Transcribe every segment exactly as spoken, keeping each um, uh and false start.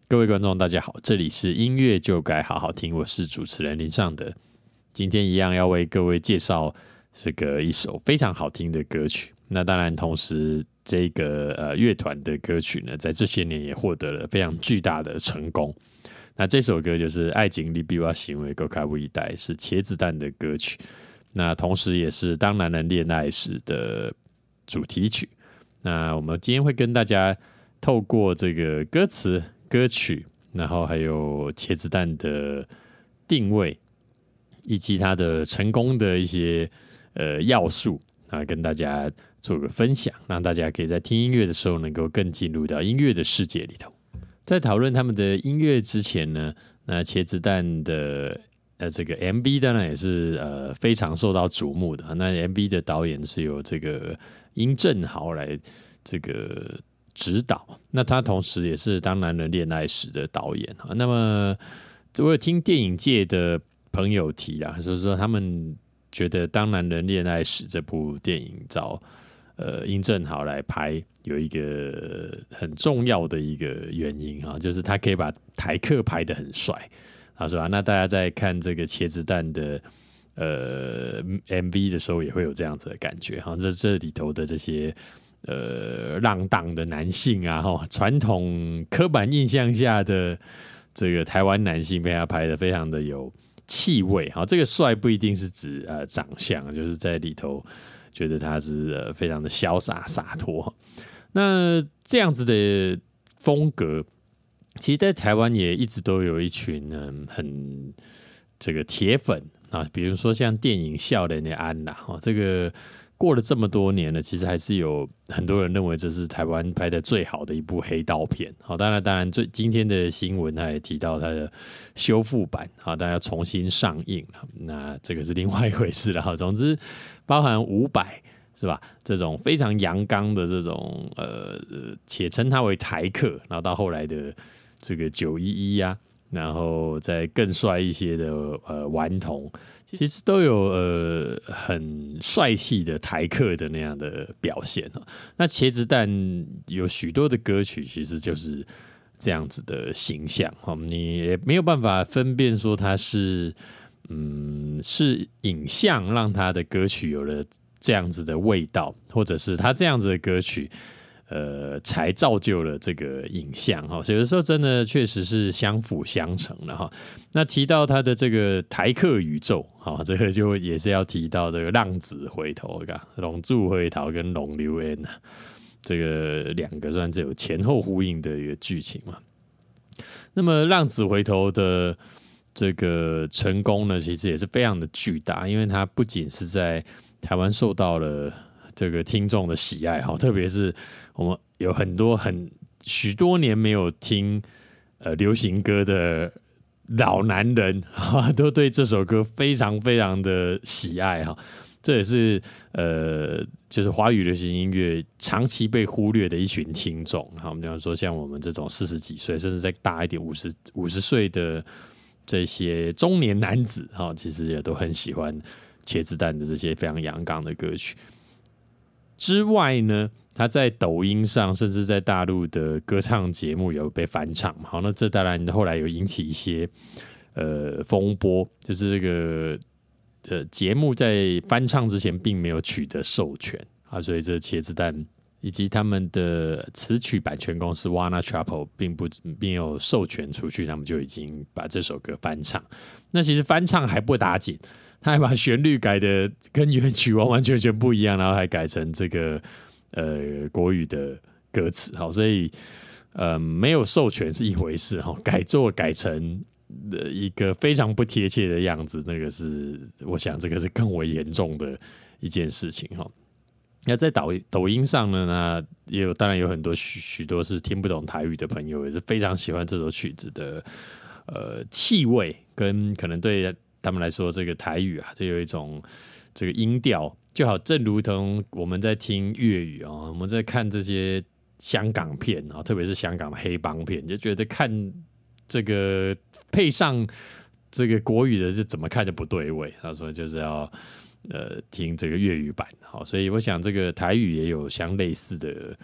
各位观众大家好，这里是音乐就该好好听，我是主持人林尚德。今天一样要为各位介绍这个一首非常好听的歌曲。那当然同时这个呃乐团的歌曲呢，在这些年也获得了非常巨大的成功。那这首歌就是《爱情你比我行为更开不一代》，是茄子蛋的歌曲。那同时也是《当男人恋爱时》的主题曲。那我们今天会跟大家透过这个歌词、歌曲，然后还有茄子蛋的定位，以及它的成功的一些呃要素啊，跟大家做个分享，让大家可以在听音乐的时候能够更进入到音乐的世界里头。在讨论他们的音乐之前呢，那茄子蛋的呃这个 M V 当然也是呃非常受到瞩目的。那 M V 的导演是由这个殷正豪来这个指导，那他同时也是《当男人恋爱时》的导演。那么我有听电影界的朋友提啦，就是说他们觉得《当男人恋爱时》这部电影找呃殷正豪来拍，有一个很重要的一个原因啊，就是他可以把台客拍得很帅啊，是吧？那大家在看这个茄子蛋的呃 M V 的时候，也会有这样子的感觉哈。这这里头的这些呃浪荡的男性啊，哈，传统刻板印象下的这个台湾男性被他拍得非常的有气味。好，这个帅不一定是指呃长相，就是在里头觉得他是呃非常的潇洒洒脱。那这样子的风格，其实在台湾也一直都有一群嗯很这个铁粉啊，比如说像电影《笑脸的安》啦，哦，这个过了这么多年了，其实还是有很多人认为这是台湾拍的最好的一部黑道片。好，当然，当然，最今天的新闻他也提到它的修复版，好，大家重新上映了，那这个是另外一回事了。好，总之，包含伍佰是吧？这种非常阳刚的这种呃，且称他为台客，然后到后来的这个九一一啊，然后再更帅一些的呃顽童，其实都有呃很帅气的台客的那样的表现。那茄子蛋有许多的歌曲，其实就是这样子的形象，你也没有办法分辨说他是嗯是影像让他的歌曲有了这样子的味道，或者是他这样子的歌曲呃，才造就了这个影像哈，有的时候真的确实是相辅相成了哈。那提到他的这个台客宇宙，哈，这个就也是要提到这个浪子回头，龙柱回头跟龙流恩啊，这个两个算是有前后呼应的一个剧情嘛。那么浪子回头的这个成功呢，其实也是非常的巨大，因为它不仅是在台湾受到了这个听众的喜爱，特别是我们有很多很许多年没有听呃流行歌的老男人都对这首歌非常非常的喜爱哈。这也是呃就是华语流行音乐长期被忽略的一群听众。我们讲说像我们这种四十几岁甚至再大一点五十五十岁的这些中年男子哈，其实也都很喜欢茄子蛋的这些非常阳刚的歌曲。之外呢，他在抖音上，甚至在大陆的歌唱节目有被翻唱。好，那这当然后来有引起一些呃风波，就是这个呃节目在翻唱之前并没有取得授权啊，所以这茄子蛋以及他们的词曲版权公司 Warner Chappell 并不并没有授权出去，他们就已经把这首歌翻唱。那其实翻唱还不打紧，他还把旋律改的跟原曲完完全全不一样，然后还改成这个呃国语的歌词，好，所以呃没有授权是一回事，改作改成一个非常不贴切的样子，那个是我想这个是更为严重的一件事情哈。那在抖抖音上呢，那也有当然有很多许许多是听不懂台语的朋友，也是非常喜欢这首曲子的呃气味，跟可能对他们来说，这个台语啊，就有一种这个音调，就好，正如同我们在听粤语啊、哦，我们在看这些香港片啊、哦，特别是香港的黑帮片，就觉得看这个配上这个国语的，是怎么看就不对味。他说就是要呃听这个粤语版，好，所以我想这个台语也有相类似的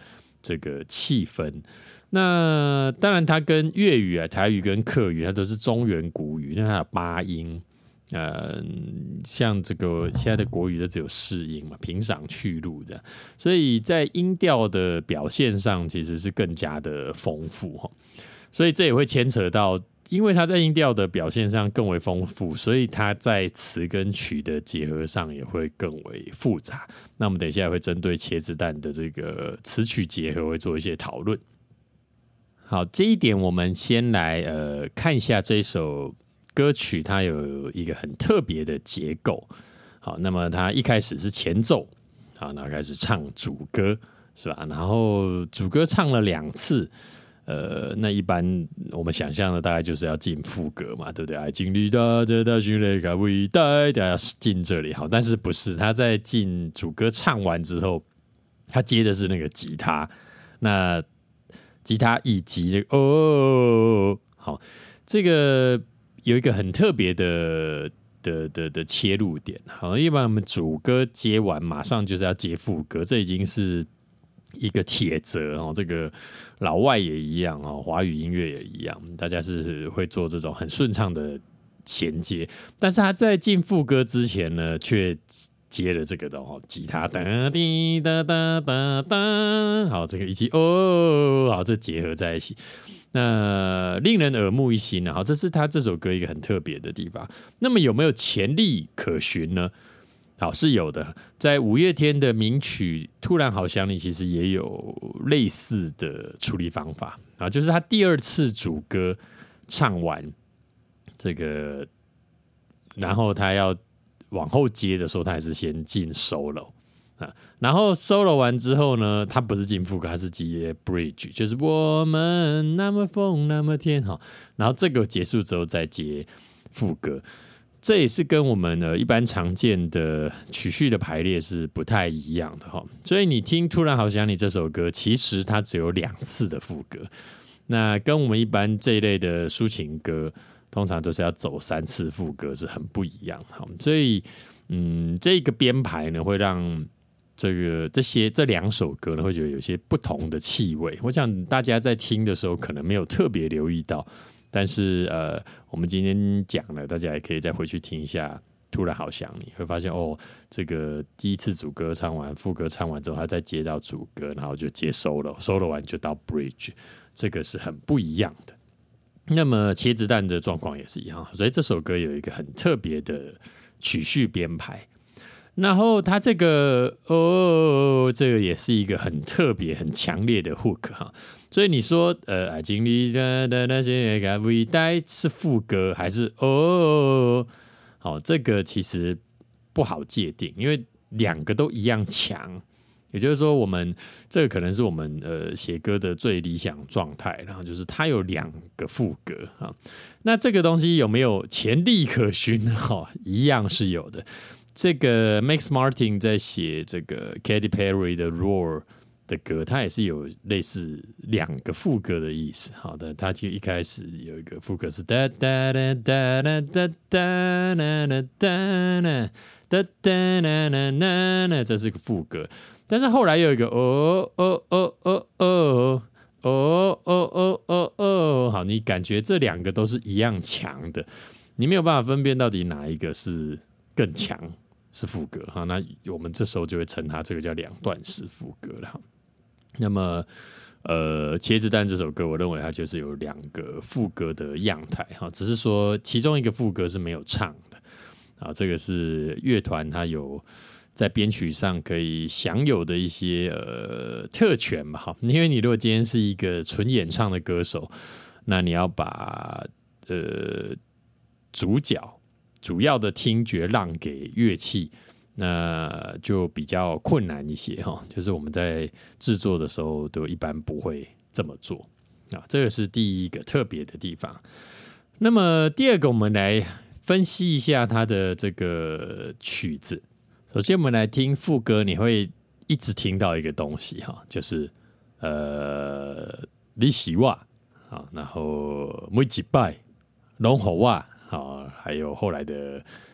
这个气氛。那当然，它跟粤语啊、台语跟客语，它都是中原古语，那它有八音。呃，像这个现在的国语都只有四音嘛，平赏去入的，所以在音调的表现上其实是更加的丰富哈。所以这也会牵扯到，因为它在音调的表现上更为丰富，所以它在词跟曲的结合上也会更为复杂。那我们等一下会针对茄子蛋的这个词曲结合会做一些讨论。好，这一点我们先来呃看一下这一首歌曲，它有一个很特别的结构。好，那么它一开始是前奏，好，然后开始唱主歌，是吧？然后主歌唱了两次，呃，那一般我们想象的大概就是要进副歌嘛，对不对？爱经历大这大训练个伟大，大家进这里好，但是不是？他在进主歌唱完之后，他接的是那个吉他，那吉他以及那个哦，好，这个有一个很特别的的的的切入点。好，一般我们主歌接完，马上就是要接副歌，这已经是一个铁则哦。这个老外也一样哦，华语音乐也一样，大家是会做这种很顺畅的衔接。但是他在进副歌之前呢，却接了这个的哦，吉他哒滴哒哒哒哒，好，这个一起哦，好，这结合在一起，那令人耳目一新啊！好，这是他这首歌一个很特别的地方。那么有没有潜力可循呢？好，是有的，在五月天的名曲《突然好想你》其实也有类似的处理方法啊，就是他第二次主歌唱完这个，然后他要往后接的时候，他还是先进 solo 啊，然后 solo 完之后呢，他不是进副歌，他是接 bridge， 就是我们那么疯那么甜哈，然后这个结束之后再接副歌，这也是跟我们呃一般常见的曲序的排列是不太一样的哈。所以你听《突然好想你》这首歌，其实它只有两次的副歌，那跟我们一般这一类的抒情歌，通常都是要走三次副歌，是很不一样。所以，嗯，这个编排呢，会让这个这些这两首歌呢，会觉得有些不同的气味。我想大家在听的时候，可能没有特别留意到，但是呃，我们今天讲了，大家也可以再回去听一下。突然好想你，会发现哦，这个第一次主歌唱完，副歌唱完之后，他再接到主歌，然后就接 solo，solo 完就到 bridge， 这个是很不一样的。那么茄子蛋的状况也是一样，所以这首歌有一个很特别的曲序编排，然后它这个哦，这个也是一个很特别、很强烈的 hook 哈。所以你说呃，爱经历的那些个伟大是副歌还是哦？好，这个其实不好界定，因为两个都一样强。也就是说，我们这个可能是我们呃写歌的最理想状态，然后就是它有两个副歌啊。那这个东西有没有潜力可循呢？哈，一样是有的。这个 Max Martin 在写这个 Katy Perry 的 Roar 的歌，它也是有类似两个副歌的意思。好的，它其实一开始有一个副歌是哒哒哒哒哒哒哒哒哒哒哒哒哒哒，这是个副歌。但是后来有一个哦哦哦哦哦哦哦哦哦哦，好，你感觉这两个都是一样强的，你没有办法分辨到底哪一个是更强，是副歌哈。那我们这时候就会称它这个叫两段式副歌了。那么，呃，茄子蛋这首歌，我认为它就是有两个副歌的样态哈，只是说其中一个副歌是没有唱的啊，这个是乐团它有在编曲上可以享有的一些呃特权吧，因为你如果今天是一个纯演唱的歌手，那你要把呃主角主要的听觉让给乐器，那就比较困难一些哈。就是我们在制作的时候都一般不会这么做啊，这个是第一个特别的地方。那么第二个，我们来分析一下它的这个曲子。首先，我们来听副歌，你会一直听到一个东西哈，就是呃，你是我啊，然后每一拜拢给我啊，还有后来的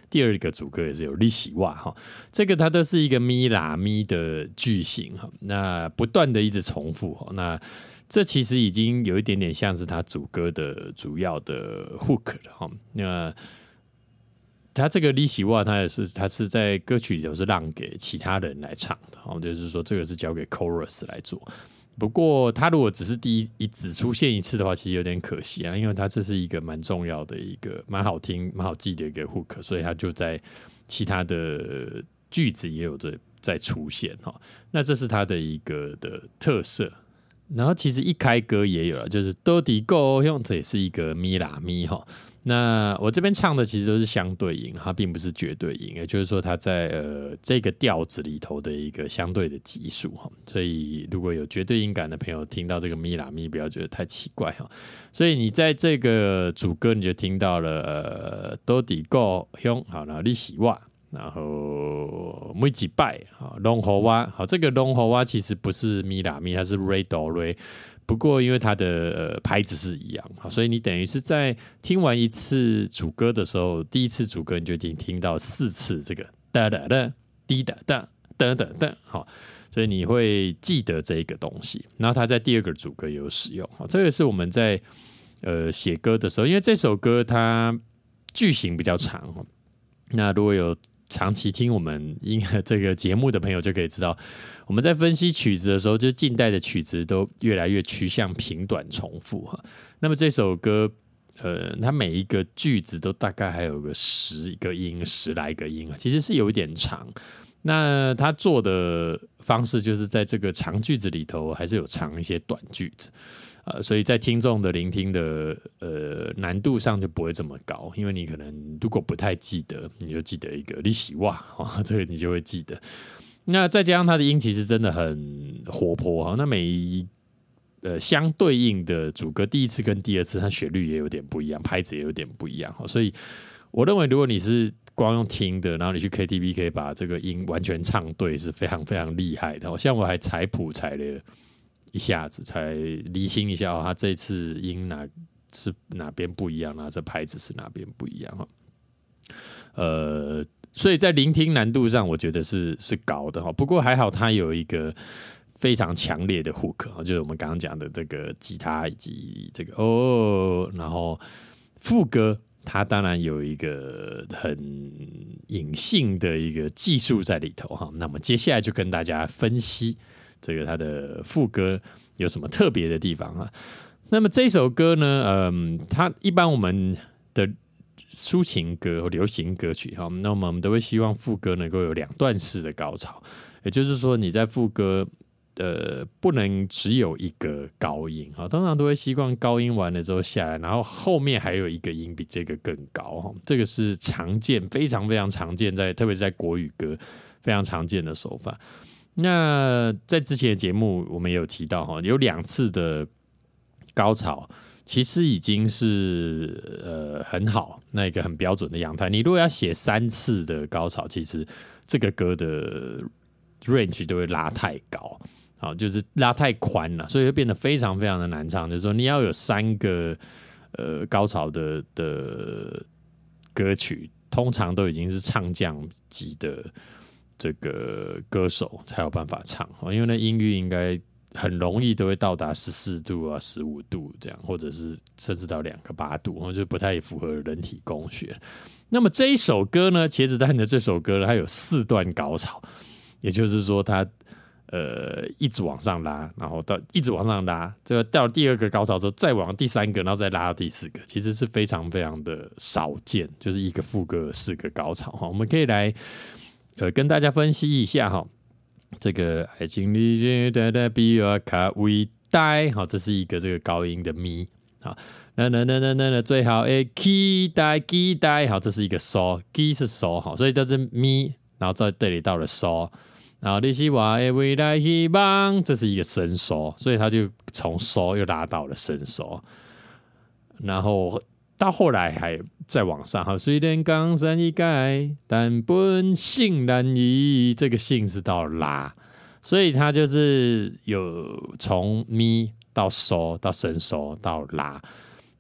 第二个主歌也是有利息哇哈，这个它都是一个咪啦咪的句型哈，那不断的一直重复哈，那这其实已经有一点点像是它主歌的主要的 hook 了哈，那。他这个利息哇，他也是他是在歌曲里头是让给其他人来唱的，哦，就是说这个是交给 chorus 来做。不过他如果只是第一一只出现一次的话，其实有点可惜啊，因为他这是一个蛮重要的一个蛮好听、蛮好记的一个 hook， 所以他就在其他的句子也有在在出现哈。那这是他的一个的特色。然后其实一开歌也有了，就是都底够用，这也是一个咪啦咪哈。那我这边唱的其实都是相对音，它并不是绝对音，也就是说它在呃这个调子里头的一个相对的级数哈。所以如果有绝对音感的朋友听到这个咪啦咪，不要觉得太奇怪哈。所以你在这个主歌你就听到了呃都底够用，好，然后你喜哇。然后每几拜啊，龙喉蛙好，这个龙喉蛙其实不是咪啦咪，它是 re do re， 不过因为它的呃拍子是一样，所以你等于是在听完一次主歌的时候，第一次主歌你就听听到四次这个哒哒哒滴哒哒哒哒哒，好，所以你会记得这个东西。然后它在第二个主歌也有使用，这个是我们在呃写歌的时候，因为这首歌它句型比较长，那如果有长期听我们音这个节目的朋友就可以知道，我们在分析曲子的时候，就近代的曲子都越来越趋向平短重复哈。那么这首歌，呃，它每一个句子都大概还有个十个音，十来个音，其实是有一点长。那他做的方式就是在这个长句子里头，还是有藏一些短句子。呃，所以在听众的聆听的呃难度上就不会这么高，因为你可能如果不太记得，你就记得一个利息哇，哦，这个你就会记得。那再加上它的音其实真的很活泼哈，那每一呃相对应的主歌第一次跟第二次，它旋律也有点不一样，拍子也有点不一样，所以我认为如果你是光用听的，然后你去 K T V 可以把这个音完全唱对，是非常非常厉害的。像我还采谱采了一下子才厘清一下，哦，他这次音哪是哪边不一样，然后这拍子是哪边不一样，呃，所以在聆听难度上，我觉得是是高的哈。不过还好，它有一个非常强烈的 hook， 就是我们刚刚讲的这个吉他以及这个哦，然后副歌，它当然有一个很隐性的一个技术在里头哈。那么接下来就跟大家分析这个它的副歌有什么特别的地方啊？那么这首歌呢，嗯，它一般我们的抒情歌或流行歌曲哈，那么我们都会希望副歌能够有两段式的高潮，也就是说你在副歌呃不能只有一个高音哈，通常都会习惯高音完了之后下来，然后后面还有一个音比这个更高哈，这个是常见，非常非常常见在特别是在国语歌非常常见的手法。那在之前的节目我们也有提到哈，有两次的高潮其实已经是呃很好，那一个很标准的样态。你如果要写三次的高潮，其实这个歌的 range 都会拉太高，好，就是拉太宽了，所以会变得非常非常的难唱。就是说你要有三个呃高潮的的歌曲，通常都已经是唱将级的这个歌手才有办法唱，因为那音域应该很容易都会到达十四度啊、十五度这样，或者是甚至到两个八度，就不太符合人体工学。那么这一首歌呢，茄子蛋的这首歌呢，它有四段高潮，也就是说它呃一直往上拉，然后到一直往上拉，这个到了第二个高潮之后，再往第三个，然后再拉到第四个，其实是非常非常的少见，就是一个副歌四个高潮哈。我们可以来呃跟大家分析一下哈。这个爱情里觉得比我卡伟大，好，这是一个这个高音的咪，好，那那那那那那最好诶期待期待，好，这是一个嗦，期是嗦，好，所以这是咪，然后在这里到了嗦，然后你是我的未来希望，这是一个升嗦，所以他就从嗦又拉到了升嗦，然后到后来还再往上，好，虽然江山易改，但本性难移。这个性是到拉，所以它就是有从咪到嗦到升嗦到拉，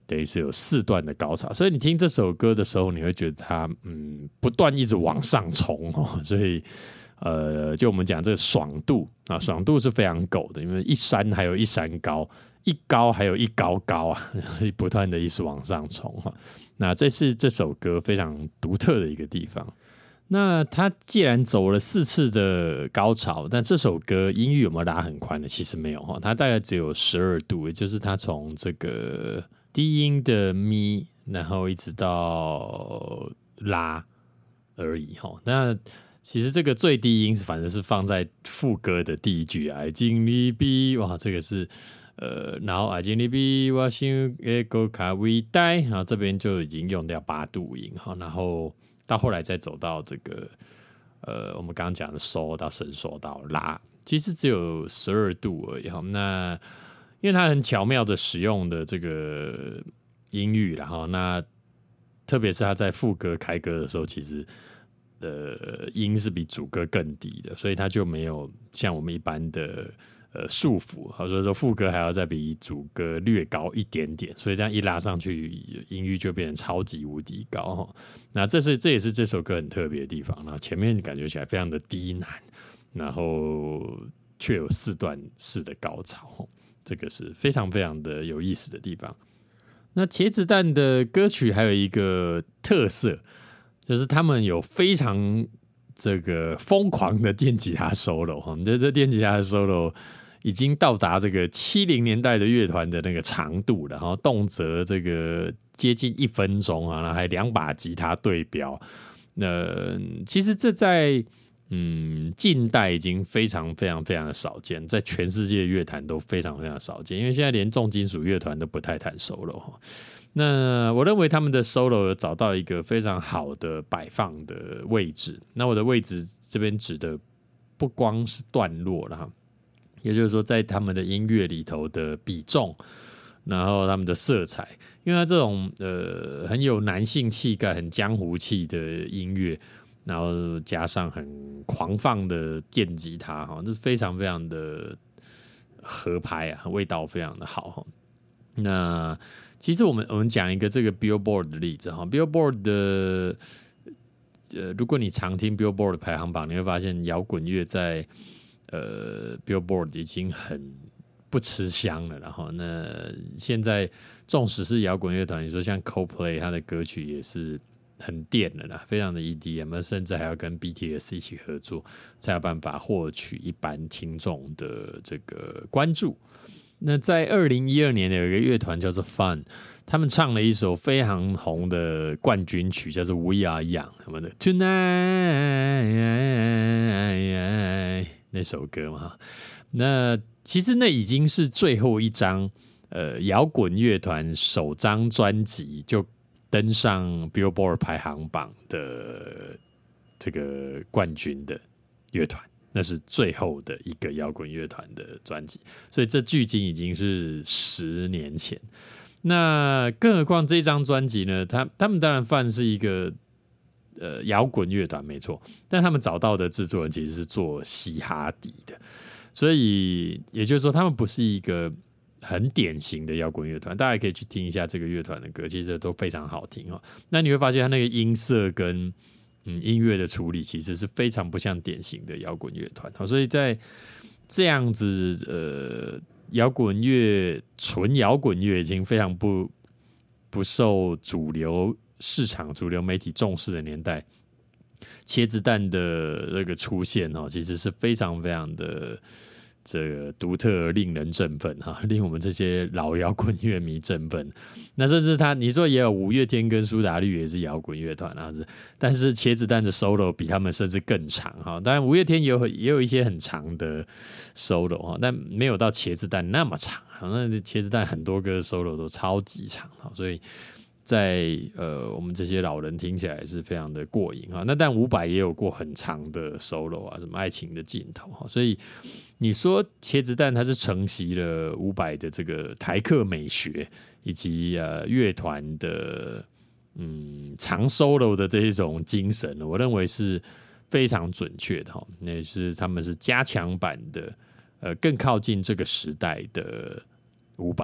等于是有四段的高潮，所以你听这首歌的时候，你会觉得它嗯不断一直往上冲哦，所以呃，就我们讲这个爽度啊，爽度是非常够的，因为一山还有一山高，一高还有一高高啊，不断的一直往上冲哈。那这是这首歌非常独特的一个地方。那他既然走了四次的高潮，但这首歌音域有没有拉很宽呢？其实没有哈，它大概只有十二度，也就是它从这个低音的咪，然后一直到拉而已哈。那其实这个最低音是反正是放在副歌的第一句啊，爱情里比哇，这个是呃，然后爱情里比我想会更加伟大，然后这边就已经用掉八度音哈，然后到后来再走到这个呃，我们刚刚讲的收到伸缩到拉，其实只有十二度而已哈。那因为它很巧妙的使用的这个音域，然后那特别是他在副歌开歌的时候，其实呃音是比主歌更低的，所以它就没有像我们一般的呃束缚，所以说副歌还要再比主歌略高一点点，所以这样一拉上去，音域就变成超级无敌高。那这是这也是这首歌很特别的地方。然后前面感觉起来非常的低难，然后却有四段式的高潮，这个是非常非常的有意思的地方。那茄子蛋的歌曲还有一个特色，就是他们有非常这个疯狂的电吉他 solo 哈，这这电吉他的 solo 已经到达这个七零年代的乐团的那个长度了，然后动辄这个接近一分钟啊，然后还两把吉他对标。那其实这在嗯近代已经非常非常非常的少见，在全世界乐坛都非常非常少见，因为现在连重金属乐团都不太弹 solo。那我认为他们的 solo 有找到一个非常好的摆放的位置。那我的位置这边指的不光是段落啦，也就是说在他们的音乐里头的比重，然后他们的色彩，因为它这种呃很有男性气概、很江湖气的音乐，然后加上很狂放的电吉他，哈，这非常非常的合拍啊，味道非常的好。那其实我们我们讲一个这个 Billboard 的例子哈 ，Billboard 的呃，如果你常听 Billboard 的排行榜，你会发现摇滚乐在呃 Billboard 已经很不吃香了。然后那现在纵使是摇滚乐团，你说像 Coldplay， 他的歌曲也是很电的啦，非常的 E D M， 甚至还要跟 B T S 一起合作，才有办法获取一般听众的这个关注。那在二零一二年有一个乐团叫做 Fun， 他们唱了一首非常红的冠军曲，叫做 We Are Young， 他们的 Tonight 那首歌嘛。那其实那已经是最后一张呃摇滚乐团首张专辑就登上 Billboard 排行榜的这个冠军的乐团。那是最后的一个摇滚乐团的专辑，所以这距今已经是十年前。那更何况这张专辑呢？他他们当然算是一个呃摇滚乐团没错，但他们找到的制作人其实是做嘻哈底的，所以也就是说，他们不是一个很典型的摇滚乐团。大家可以去听一下这个乐团的歌，其实都非常好听哦。那你会发现，他那个音色跟嗯，音乐的处理其实是非常不像典型的摇滚乐团，所以在这样子呃摇滚乐纯摇滚乐已经非常不不受主流市场、主流媒体重视的年代，茄子蛋的这个出现哦，其实是非常非常的这个独特而令人振奋哈，令我们这些老摇滚乐迷振奋。那甚至他，你说也有五月天跟苏打绿也是摇滚乐团啊，但是茄子蛋的 solo 比他们甚至更长哈。当然五月天也有也有一些很长的 solo 哈，但没有到茄子蛋那么长。那茄子蛋很多歌 solo 都超级长，所以在呃我们这些老人听起来是非常的过瘾哈。那但伍佰也有过很长的 solo 啊，什么爱情的尽头哈，所以你说茄子蛋它是承袭了伍佰的这个台客美学，以及呃乐团的嗯长 solo 的这一种精神，我认为是非常准确的哈。那是他们是加强版的，呃更靠近这个时代的伍佰。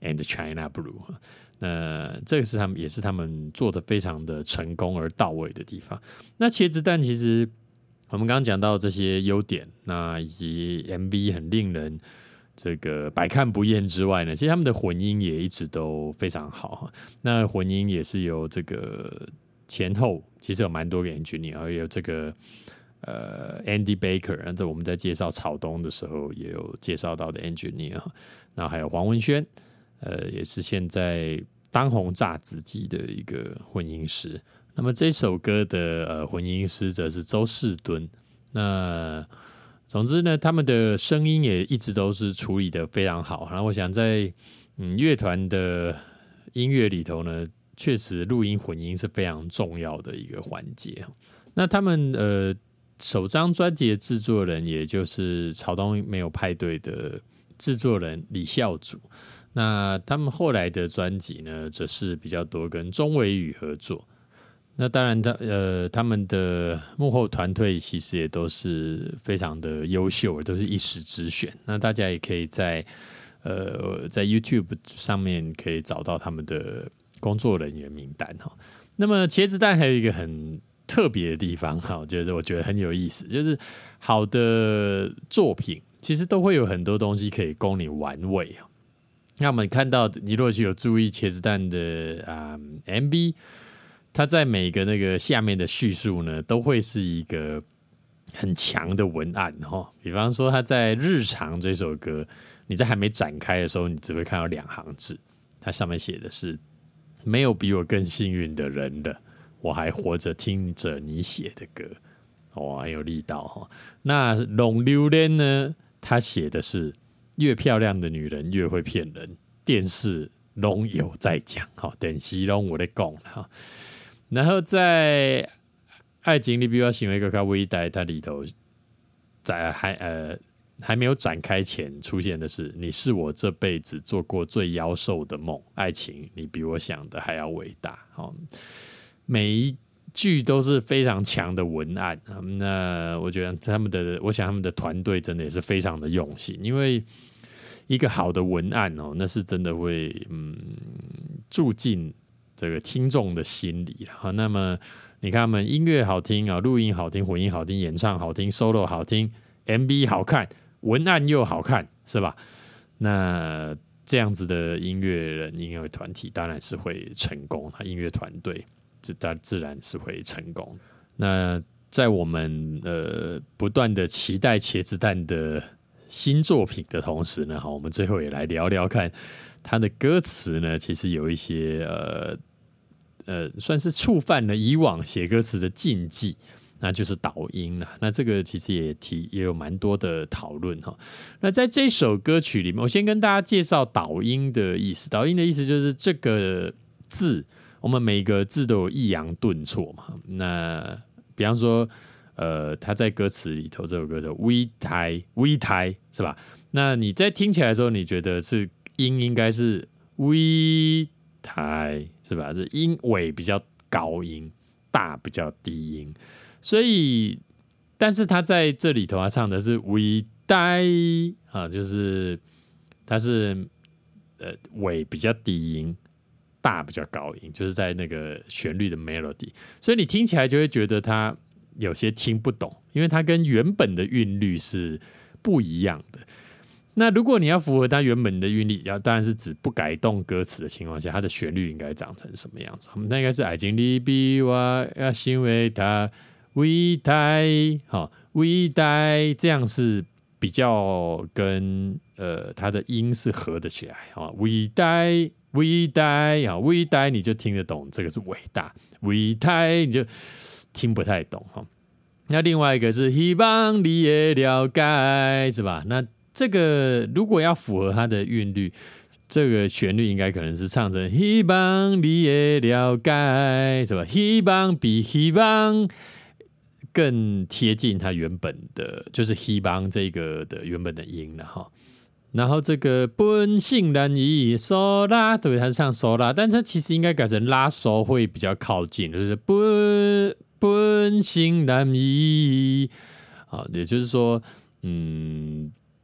and China Blue。那这个是他们也是他们做的非常的成功而到位的地方。那茄子蛋其实我们刚刚讲到这些优点，那以及 M V 很令人这个百看不厌之外呢，其实他们的混音也一直都非常好。那混音也是由这个前后其实有蛮多个 engineer， 还有这个呃 Andy Baker， 那这我们在介绍草东的时候也有介绍到的 engineer， 然后还有黄文轩，呃，也是现在当红炸子鸡的一个混音师。那么这首歌的呃混音师则是周世敦。那总之呢，他们的声音也一直都是处理的非常好。然后我想在嗯乐团的音乐里头呢，确实录音混音是非常重要的一个环节。那他们呃首张专辑的制作人，也就是草东没有派对的制作人李孝祖。那他们后来的专辑呢，则是比较多跟钟伟宇合作。那当然他，呃，他们的幕后团队其实也都是非常的优秀，都是一时之选。那大家也可以在呃在 YouTube 上面可以找到他们的工作人员名单哈。那么茄子蛋还有一个很特别的地方哈，我觉得我觉得很有意思，就是好的作品其实都会有很多东西可以供你玩味。那我们看到，你如果有注意茄子蛋的、嗯、M V， 它在每个那个下面的叙述呢，都会是一个很强的文案哈。比方说，他在《日常》这首歌，你在还没展开的时候，你只会看到两行字，它上面写的是“没有比我更幸运的人了，我还活着听着你写的歌”，哦，很有力道哈。那《龙榴莲》呢，他写的是越漂亮的女人越会骗人，电视拢有在讲，电视拢有在讲。然后在爱情里比我行为更加伟大，它里头在还呃还没有展开前出现的是，你是我这辈子做过最妖兽的梦，爱情你比我想的还要伟大。每一句都是非常强的文案。那我觉得他们的，我想他们的团队真的也是非常的用心，因为一个好的文案哦，那是真的会嗯住进这个听众的心里了。那么你看他们音乐好听啊，录音好听，混音好听，演唱好听 ，solo 好听 ，M V 好看，文案又好看，是吧？那这样子的音乐人、音乐团体当然是会成功，音乐团队这自然是会成功。那在我们呃不断的期待茄子蛋的新作品的同时呢，我们最后也来聊聊看他的歌词呢，其实有一些呃呃算是触犯了以往写歌词的禁忌，那就是导音了。那这个其实也提也有蛮多的讨论哈。那在这首歌曲里面，我先跟大家介绍导音的意思。导音的意思就是这个字，我们每个字都有抑扬顿挫嘛。那比方说，呃，他在歌词里头这首歌叫微台微台是吧？那你在听起来的时候，你觉得是音应该是微台是吧？这音尾比较高音，大比较低音，所以但是他在这里头他唱的是微台啊，就是他是呃尾比较低音，大比较高音，就是在那个旋律的 melody， 所以你听起来就会觉得他有些听不懂，因为它跟原本的韵律是不一样的。那如果你要符合它原本的韵律，当然是指不改动歌词的情况下，它的旋律应该长成什么样子？那应该是爱情里比我要欣慰它伟大，好伟大，这样是比较跟呃它的音是合得起来啊，伟大伟大啊，伟大你就听得懂，这个是伟大，伟大你就听不太懂哈。那另外一个是希望你也了解，是吧？那这个如果要符合它的韵律，这个旋律应该可能是唱成希望你也了解，是吧？希望比希望更贴近它原本的，就是希望这个的原本的音了哈。然后这个本性难移嗦拉，对，它是唱嗦拉，但它其实应该改成拉嗦会比较靠近，就是本本性难移。好，也就是说，嗯，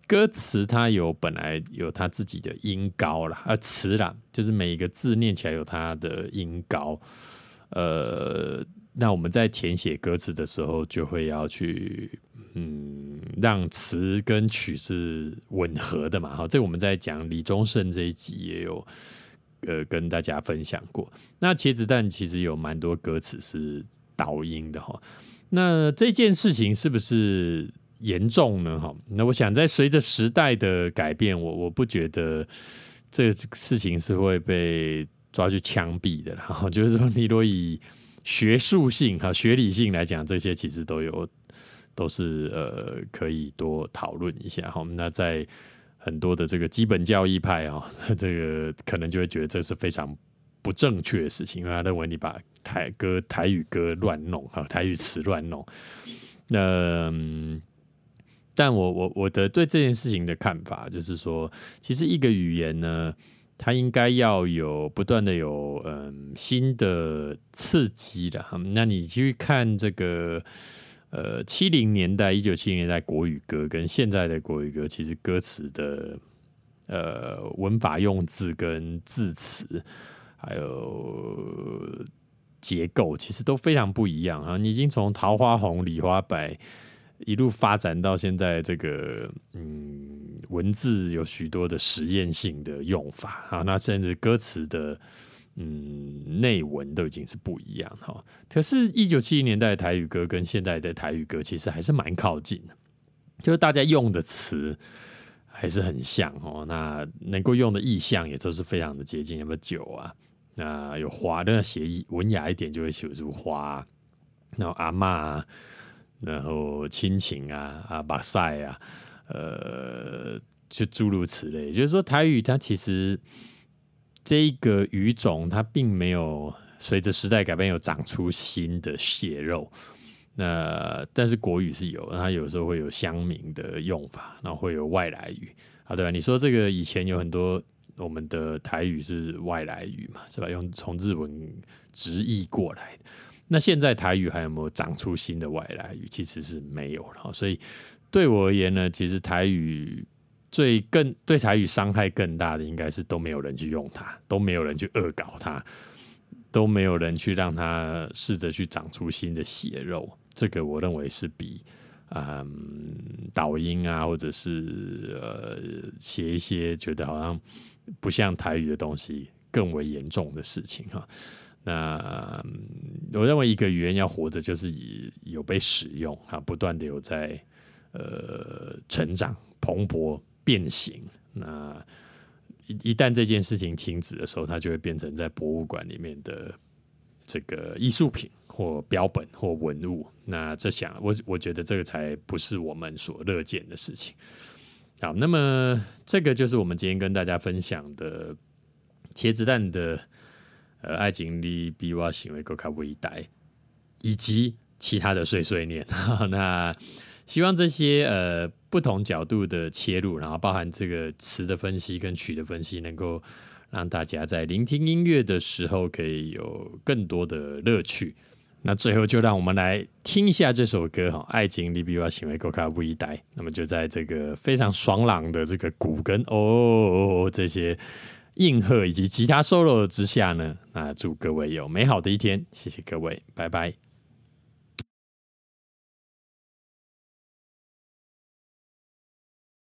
歌词它有本来有它自己的音高啦，呃词啦，就是每一个字念起来有它的音高。呃，那我们在填写歌词的时候，就会要去嗯让词跟曲是吻合的嘛。好，这个我们在讲李宗盛这一集也有呃跟大家分享过。那茄子蛋其实有蛮多歌词是导音的哈。那这件事情是不是严重呢？哈，那我想在随着时代的改变，我我不觉得这个事情是会被抓去枪毙的啦。就是说，你如果以学术性哈、学理性来讲，这些其实都有都是呃可以多讨论一下哈。那在很多的这个基本教义派啊，这个可能就会觉得这是非常不正确的事情，因为他认为你把台歌台语歌乱弄哈，台语词乱弄。那、嗯、但我我我的对这件事情的看法就是说，其实一个语言呢，它应该要有不断的有嗯新的刺激的。那你去看这个呃七零年代、一九七零年代国语歌跟现在的国语歌，其实歌词的呃文法用字跟字词还有结构，其实都非常不一样啊！你已经从桃花红、梨花白一路发展到现在这个嗯，文字有许多的实验性的用法啊，那甚至歌词的嗯内文都已经是不一样哈。可是，一九七零年代的台语歌跟现在的台语歌其实还是蛮靠近的，就是大家用的词还是很像哦。那能够用的意象也都是非常的接近，有没有酒啊？那有花，那写文雅一点就会写出花，然后阿嬷啊，然后亲情啊，啊巴塞啊，呃，就诸如此类。就是说，台语它其实这一个语种，它并没有随着时代改变有长出新的血肉。那但是国语是有，它有时候会有乡民的用法，然后会有外来语啊，对吧？你说这个以前有很多。我们的台语是外来语嘛，是吧？用从日文直译过来的。那现在台语还有没有长出新的外来语？其实是没有了。所以对我而言呢，其实台语最更对台语伤害更大的，应该是都没有人去用它，都没有人去恶搞它，都没有人去让它试着去长出新的血肉。这个我认为是比嗯导音啊，或者是呃写一些觉得好像不像台语的东西更为严重的事情哈。那我认为一个语言要活着，就是有被使用啊，不断的有在呃成长、蓬勃、变形。那一一旦这件事情停止的时候，它就会变成在博物馆里面的这个艺术品或标本或文物。那这想我我觉得这个才不是我们所乐见的事情。好，那么这个就是我们今天跟大家分享的茄子蛋的呃爱情里比我行为更加伟大，以及其他的碎碎念。那希望这些呃不同角度的切入，然后包含这个词的分析跟曲的分析，能够让大家在聆听音乐的时候可以有更多的乐趣。那最后就让我们来听一下这首歌哈，爱情你比我行为更加伟大。那么就在这个非常爽朗的这个鼓跟哦哦哦这些应和以及吉他 solo 之下呢，那祝各位有美好的一天，谢谢各位，拜拜。